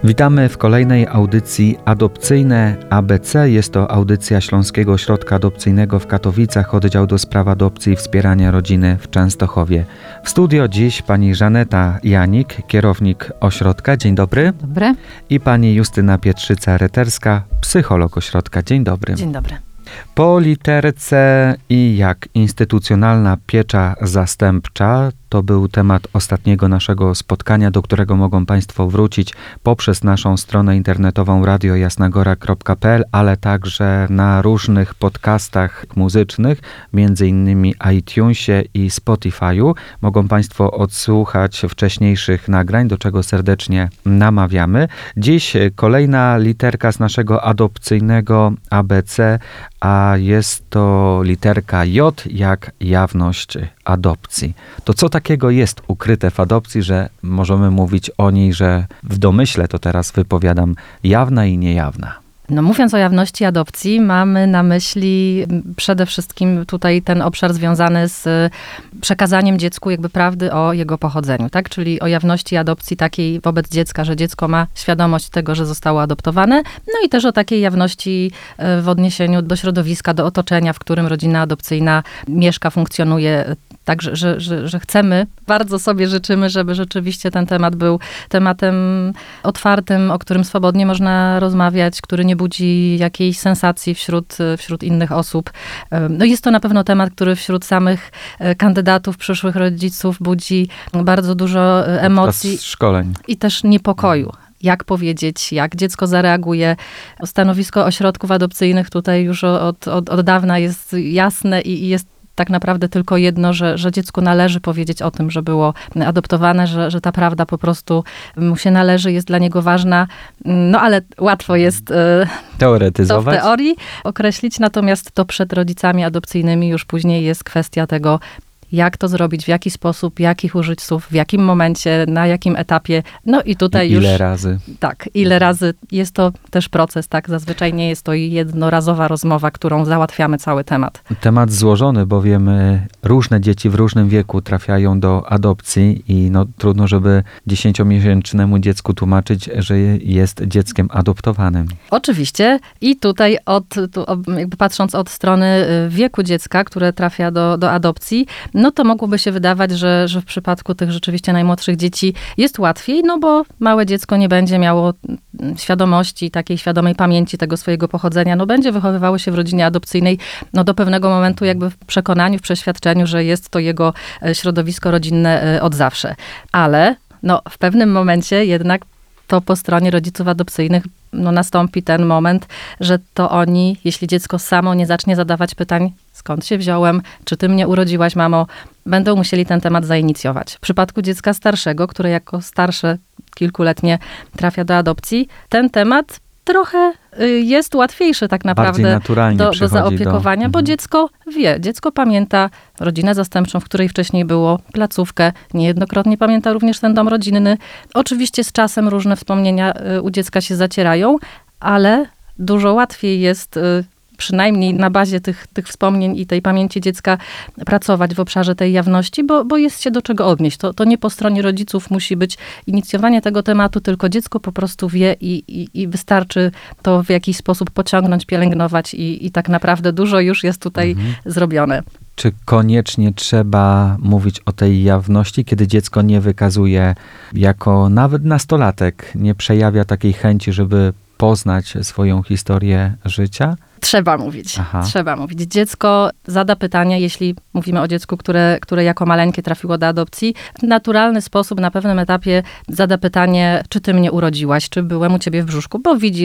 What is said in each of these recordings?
Witamy w kolejnej audycji Adopcyjne ABC. Jest to audycja Śląskiego Ośrodka Adopcyjnego w Katowicach, oddział do spraw adopcji i wspierania rodziny w Częstochowie. W studio dziś pani Żaneta Janik, kierownik ośrodka. Dzień dobry. Dobry. I pani Justyna Pietrzyca-Reterska, psycholog ośrodka. Dzień dobry. Dzień dobry. Po literce I jak instytucjonalna piecza zastępcza to był temat ostatniego naszego spotkania, do którego mogą państwo wrócić poprzez naszą stronę internetową radiojasnagora.pl, ale także na różnych podcastach muzycznych, między innymi iTunesie i Spotify'u. Mogą państwo odsłuchać wcześniejszych nagrań, do czego serdecznie namawiamy. Dziś kolejna literka z naszego adopcyjnego ABC, a jest to literka J jak jawność adopcji. To co takiego jest ukryte w adopcji, że możemy mówić o niej, że w domyśle to teraz wypowiadam jawna i niejawna? No mówiąc o jawności adopcji, mamy na myśli przede wszystkim tutaj ten obszar związany z przekazaniem dziecku jakby prawdy o jego pochodzeniu, tak? Czyli o jawności adopcji takiej wobec dziecka, że dziecko ma świadomość tego, że zostało adoptowane, no i też o takiej jawności w odniesieniu do środowiska, do otoczenia, w którym rodzina adopcyjna mieszka, funkcjonuje. Tak, że chcemy, bardzo sobie życzymy, żeby rzeczywiście ten temat był tematem otwartym, o którym swobodnie można rozmawiać, który nie budzi jakiejś sensacji wśród innych osób. No jest to na pewno temat, który wśród samych kandydatów, przyszłych rodziców budzi bardzo dużo emocji. Szkoleń. I też niepokoju. Jak powiedzieć, jak dziecko zareaguje. Stanowisko ośrodków adopcyjnych tutaj już od dawna jest jasne i jest tak naprawdę tylko jedno, że dziecku należy powiedzieć o tym, że było adoptowane, że ta prawda po mu się należy, jest dla niego ważna. No ale łatwo jest teoretyzować. To w teorii określić, natomiast to przed rodzicami adopcyjnymi już później jest kwestia tego, jak to zrobić, w jaki sposób, jakich użyć słów, w jakim momencie, na jakim etapie. No i tutaj ile razy. Tak, ile razy. Jest to też proces, tak? Zazwyczaj nie jest to jednorazowa rozmowa, którą załatwiamy cały temat. Temat złożony, bowiem różne dzieci w różnym wieku trafiają do adopcji i trudno, żeby 10-miesięcznemu dziecku tłumaczyć, że jest dzieckiem adoptowanym. Oczywiście. I tutaj jakby patrząc od strony wieku dziecka, które trafia do adopcji, no to mogłoby się wydawać, że w przypadku tych rzeczywiście najmłodszych dzieci jest łatwiej, no bo małe dziecko nie będzie miało świadomości, takiej świadomej pamięci tego swojego pochodzenia, no będzie wychowywało się w rodzinie adopcyjnej, no do pewnego momentu jakby w przekonaniu, w przeświadczeniu, że jest to jego środowisko rodzinne od zawsze. Ale w pewnym momencie jednak to po stronie rodziców adopcyjnych nastąpi ten moment, że to oni, jeśli dziecko samo nie zacznie zadawać pytań, skąd się wziąłem, czy ty mnie urodziłaś, mamo, będą musieli ten temat zainicjować. W przypadku dziecka starszego, które jako starsze, kilkuletnie trafia do adopcji, ten temat trochę jest łatwiejszy tak naprawdę do zaopiekowania, bo dziecko wie, dziecko pamięta rodzinę zastępczą, w której wcześniej było, placówkę, niejednokrotnie pamięta również ten dom rodzinny. Oczywiście z czasem różne wspomnienia u dziecka się zacierają, ale dużo łatwiej jest przynajmniej na bazie tych wspomnień i tej pamięci dziecka pracować w obszarze tej jawności, bo jest się do czego odnieść. To nie po stronie rodziców musi być inicjowanie tego tematu, tylko dziecko po prostu wie i wystarczy to w jakiś sposób pociągnąć, pielęgnować i tak naprawdę dużo już jest tutaj zrobione. Czy koniecznie trzeba mówić o tej jawności, kiedy dziecko nie wykazuje, jako nawet nastolatek, nie przejawia takiej chęci, żeby poznać swoją historię życia? Trzeba mówić. Trzeba mówić. Dziecko zada pytania, jeśli mówimy o dziecku, które jako maleńkie trafiło do adopcji, w naturalny sposób na pewnym etapie zada pytanie, czy ty mnie urodziłaś, czy byłem u ciebie w brzuszku, bo widzi,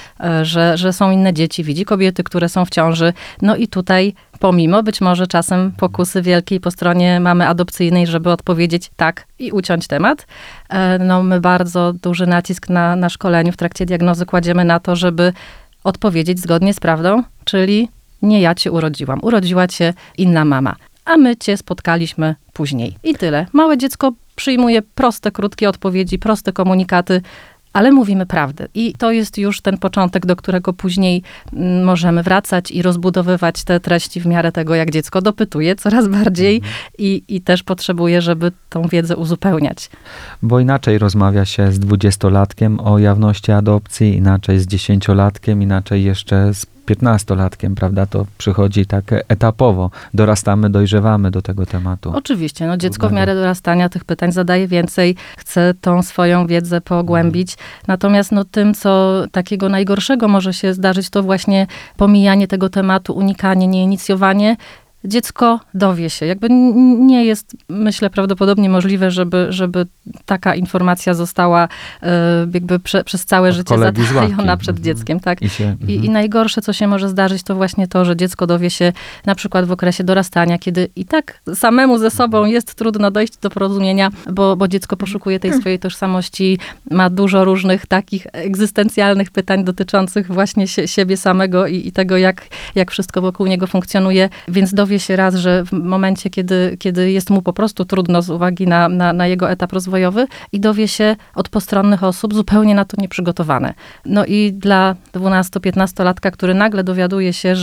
że są inne dzieci, widzi kobiety, które są w ciąży. No i tutaj pomimo być może czasem pokusy wielkiej po stronie mamy adopcyjnej, żeby odpowiedzieć tak i uciąć temat. My bardzo duży nacisk na szkoleniu w trakcie diagnozy kładziemy na to, żeby odpowiedzieć zgodnie z prawdą, czyli nie ja cię urodziłam, urodziła cię inna mama, a my cię spotkaliśmy później. I tyle. Małe dziecko przyjmuje proste, krótkie odpowiedzi, proste komunikaty, ale mówimy prawdę. I to jest już ten początek, do którego później możemy wracać i rozbudowywać te treści w miarę tego, jak dziecko dopytuje coraz bardziej i też potrzebuje, żeby tą wiedzę uzupełniać. Bo inaczej rozmawia się z 20-latkiem o jawności adopcji, inaczej z 10-latkiem, inaczej jeszcze z 15-latkiem, prawda? To przychodzi tak etapowo. Dorastamy, dojrzewamy do tego tematu. Oczywiście, no dziecko w miarę dorastania tych pytań zadaje więcej, chce tą swoją wiedzę pogłębić. Natomiast no tym, co takiego najgorszego może się zdarzyć, to właśnie pomijanie tego tematu, unikanie, nieinicjowanie. Dziecko dowie się. Jakby nie jest, myślę, prawdopodobnie możliwe, żeby taka informacja została jakby przez całe życie zatajona przed dzieckiem. Tak? I najgorsze, co się może zdarzyć, to właśnie to, że dziecko dowie się na przykład w okresie dorastania, kiedy i tak samemu ze sobą jest trudno dojść do porozumienia, bo dziecko poszukuje tej swojej tożsamości, ma dużo różnych takich egzystencjalnych pytań dotyczących właśnie siebie samego i tego, jak wszystko wokół niego funkcjonuje, więc dowie się raz, że w momencie, kiedy jest mu po prostu trudno z uwagi na jego etap rozwojowy i dowie się od postronnych osób zupełnie na to nieprzygotowane. No i dla 12-15-latka, który nagle dowiaduje się,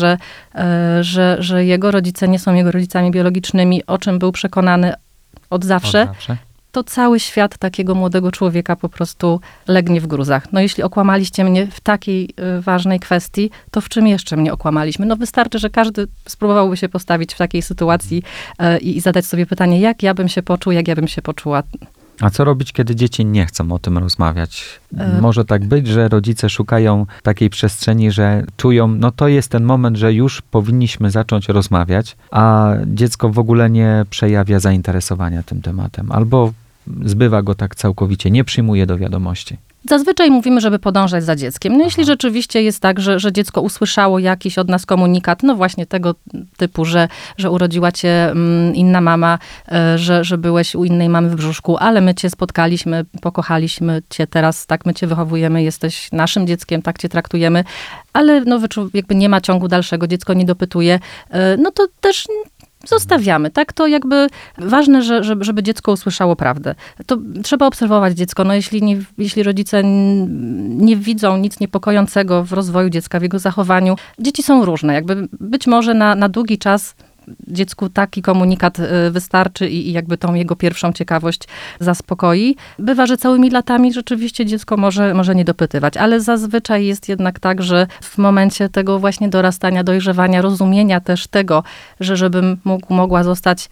że jego rodzice nie są jego rodzicami biologicznymi, o czym był przekonany od zawsze, to cały świat takiego młodego człowieka po prostu legnie w gruzach. No jeśli okłamaliście mnie w takiej ważnej kwestii, to w czym jeszcze mnie okłamaliśmy? No wystarczy, że każdy spróbowałby się postawić w takiej sytuacji i zadać sobie pytanie, jak ja bym się poczuł, jak ja bym się poczuła. A co robić, kiedy dzieci nie chcą o tym rozmawiać? Może tak być, że rodzice szukają takiej przestrzeni, że czują, no to jest ten moment, że już powinniśmy zacząć rozmawiać, a dziecko w ogóle nie przejawia zainteresowania tym tematem, albo zbywa go tak całkowicie, nie przyjmuje do wiadomości. Zazwyczaj mówimy, żeby podążać za dzieckiem. No jeśli rzeczywiście jest tak, że dziecko usłyszało jakiś od nas komunikat, no właśnie tego typu, że urodziła cię inna mama, że byłeś u innej mamy w brzuszku, ale my cię spotkaliśmy, pokochaliśmy cię teraz, tak my cię wychowujemy, jesteś naszym dzieckiem, tak cię traktujemy, ale no jakby nie ma ciągu dalszego, dziecko nie dopytuje, no to też zostawiamy, tak? To jakby ważne, żeby dziecko usłyszało prawdę. To trzeba obserwować dziecko. No jeśli rodzice nie widzą nic niepokojącego w rozwoju dziecka, w jego zachowaniu. Dzieci są różne. Jakby być może na długi czas dziecku taki komunikat wystarczy i jakby tą jego pierwszą ciekawość zaspokoi. Bywa, że całymi latami rzeczywiście dziecko może nie dopytywać, ale zazwyczaj jest jednak tak, że w momencie tego właśnie dorastania, dojrzewania, rozumienia też tego, że żebym mogła zostać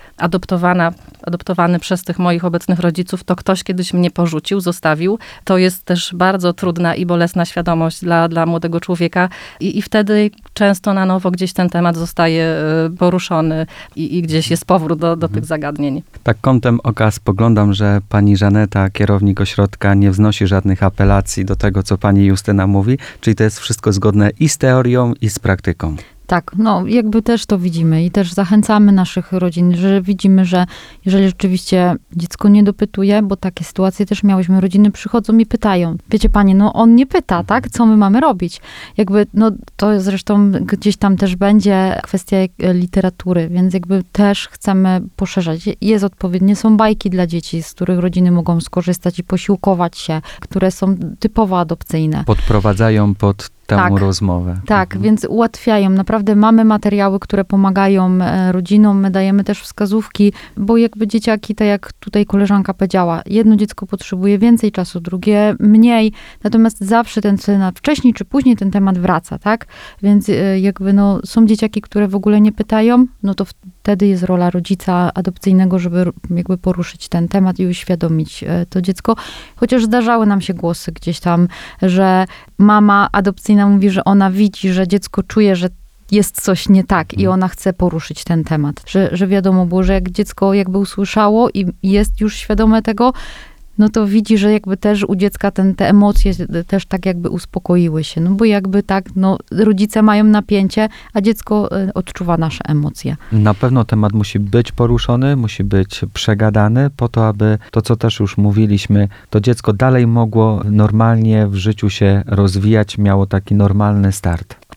adoptowany przez tych moich obecnych rodziców, to ktoś kiedyś mnie porzucił, zostawił. To jest też bardzo trudna i bolesna świadomość dla młodego człowieka i wtedy często na nowo gdzieś ten temat zostaje poruszony i gdzieś jest powrót do tych zagadnień. Tak kątem oka spoglądam, że pani Żaneta, kierownik ośrodka, nie wznosi żadnych apelacji do tego, co pani Justyna mówi, czyli to jest wszystko zgodne i z teorią, i z praktyką. Tak, no jakby też to widzimy i też zachęcamy naszych rodzin, że widzimy, że jeżeli rzeczywiście dziecko nie dopytuje, bo takie sytuacje też miałyśmy, rodziny przychodzą i pytają, wiecie panie, no on nie pyta, tak, co my mamy robić? Jakby, no to zresztą gdzieś tam też będzie kwestia literatury, więc jakby też chcemy poszerzać. Jest odpowiednie, są bajki dla dzieci, z których rodziny mogą skorzystać i posiłkować się, które są typowo adopcyjne. Podprowadzają pod tę rozmowę. Tak, więc ułatwiają. Naprawdę mamy materiały, które pomagają rodzinom. My dajemy też wskazówki, bo jakby dzieciaki, tak jak tutaj koleżanka powiedziała, jedno dziecko potrzebuje więcej czasu, drugie mniej. Natomiast zawsze ten temat, wcześniej czy później ten temat wraca, tak? Więc jakby no, są dzieciaki, które w ogóle nie pytają, no to wtedy jest rola rodzica adopcyjnego, żeby jakby poruszyć ten temat i uświadomić to dziecko. Chociaż zdarzały nam się głosy gdzieś tam, że mama adopcyjna mówi, że ona widzi, że dziecko czuje, że jest coś nie tak i ona chce poruszyć ten temat. Że wiadomo było, że jak dziecko jakby usłyszało i jest już świadome tego, no to widzi, że jakby też u dziecka te emocje też tak jakby uspokoiły się. No bo jakby tak, no rodzice mają napięcie, a dziecko odczuwa nasze emocje. Na pewno temat musi być poruszony, musi być przegadany po to, aby to, co też już mówiliśmy, to dziecko dalej mogło normalnie w życiu się rozwijać, miało taki normalny start.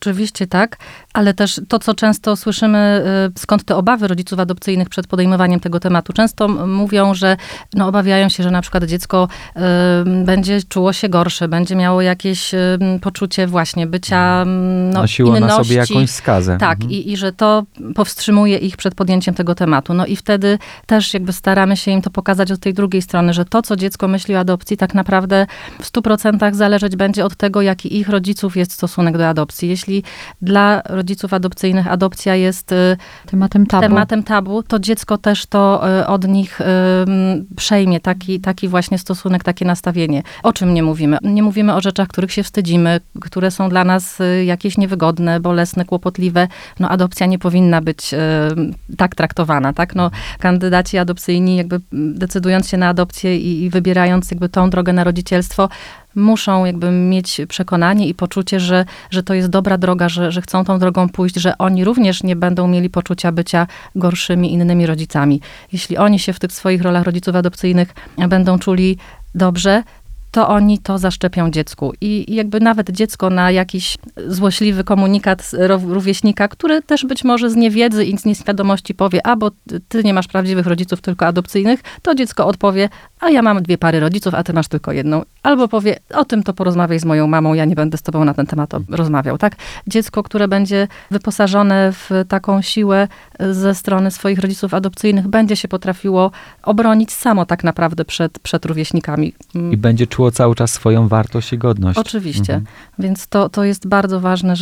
Oczywiście tak, ale też to, co często słyszymy, skąd te obawy rodziców adopcyjnych przed podejmowaniem tego tematu. Często mówią, że obawiają się, że na przykład dziecko będzie czuło się gorsze, będzie miało jakieś poczucie właśnie bycia nosiło inności. na sobie jakąś skazę. Tak, i że to powstrzymuje ich przed podjęciem tego tematu. No i wtedy też jakby staramy się im to pokazać od tej drugiej strony, że to, co dziecko myśli o adopcji, tak naprawdę w 100% zależeć będzie od tego, jaki ich rodziców jest stosunek do adopcji. Jeśli dla rodziców adopcyjnych adopcja jest tematem tabu, to dziecko też to od nich przejmie taki właśnie stosunek, takie nastawienie. O czym nie mówimy? Nie mówimy o rzeczach, których się wstydzimy, które są dla nas jakieś niewygodne, bolesne, kłopotliwe. Adopcja nie powinna być tak traktowana, tak? Kandydaci adopcyjni jakby decydując się na adopcję i wybierając jakby tą drogę na rodzicielstwo, muszą jakby mieć przekonanie i poczucie, że to jest dobra droga, że chcą tą drogą pójść, że oni również nie będą mieli poczucia bycia gorszymi innymi rodzicami. Jeśli oni się w tych swoich rolach rodziców adopcyjnych będą czuli dobrze, to oni to zaszczepią dziecku. I jakby nawet dziecko na jakiś złośliwy komunikat rówieśnika, który też być może z niewiedzy i z nieświadomości powie, bo ty nie masz prawdziwych rodziców, tylko adopcyjnych, to dziecko odpowie, a ja mam 2 pary rodziców, a ty masz tylko jedną. Albo powie, o tym to porozmawiaj z moją mamą, ja nie będę z tobą na ten temat rozmawiał, tak? Dziecko, które będzie wyposażone w taką siłę ze strony swoich rodziców adopcyjnych, będzie się potrafiło obronić samo tak naprawdę przed rówieśnikami. I będzie czuło cały czas swoją wartość i godność. Oczywiście. Więc to jest bardzo ważne,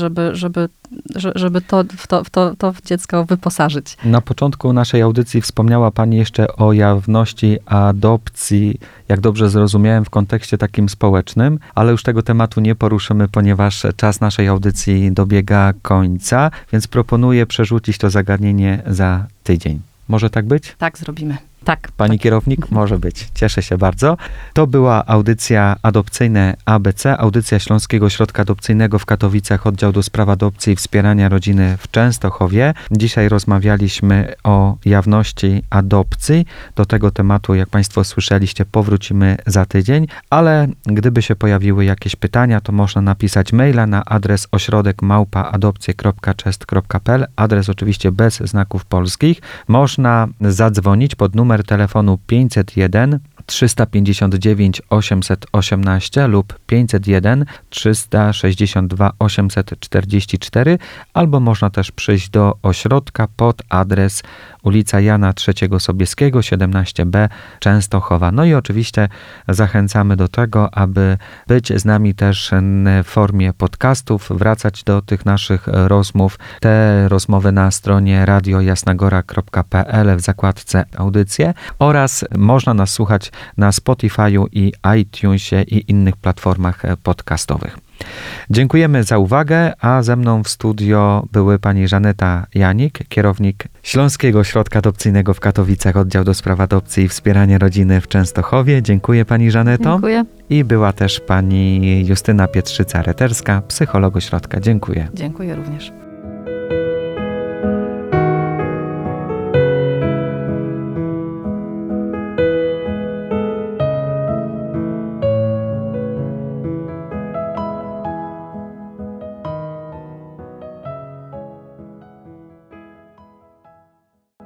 żeby to w dziecko wyposażyć. Na początku naszej audycji wspomniała pani jeszcze o jawności adopcji, jak dobrze zrozumiałem, w kontekście takim społecznym, ale już tego tematu nie poruszymy, ponieważ czas naszej audycji dobiega końca, więc proponuję przerzucić to zagadnienie za tydzień. Może tak być? Tak, zrobimy. Tak. Pani kierownik? Może być. Cieszę się bardzo. To była audycja Adopcyjne ABC, audycja Śląskiego Ośrodka Adopcyjnego w Katowicach, Oddział do Spraw Adopcji i Wspierania Rodziny w Częstochowie. Dzisiaj rozmawialiśmy o jawności adopcji. Do tego tematu, jak państwo słyszeliście, powrócimy za tydzień, ale gdyby się pojawiły jakieś pytania, to można napisać maila na adres ośrodek@adopcje.chest.pl, adres oczywiście bez znaków polskich. Można zadzwonić pod numer telefonu 501 359 818 lub 501 362 844, albo można też przyjść do ośrodka pod adres ulica Jana III Sobieskiego, 17b, Częstochowa. No i oczywiście zachęcamy do tego, aby być z nami też w formie podcastów, wracać do tych naszych rozmów. Te rozmowy na stronie radiojasnagora.pl w zakładce audycje oraz można nas słuchać na Spotify'u i iTunesie i innych platformach podcastowych. Dziękujemy za uwagę, a ze mną w studio były pani Żaneta Janik, kierownik Śląskiego Ośrodka Adopcyjnego w Katowicach, Oddział do Spraw Adopcji i Wspierania Rodziny w Częstochowie. Dziękuję pani Żaneto. Dziękuję. I była też pani Justyna Pietrzyca-Reterska, psycholog ośrodka. Dziękuję. Dziękuję również.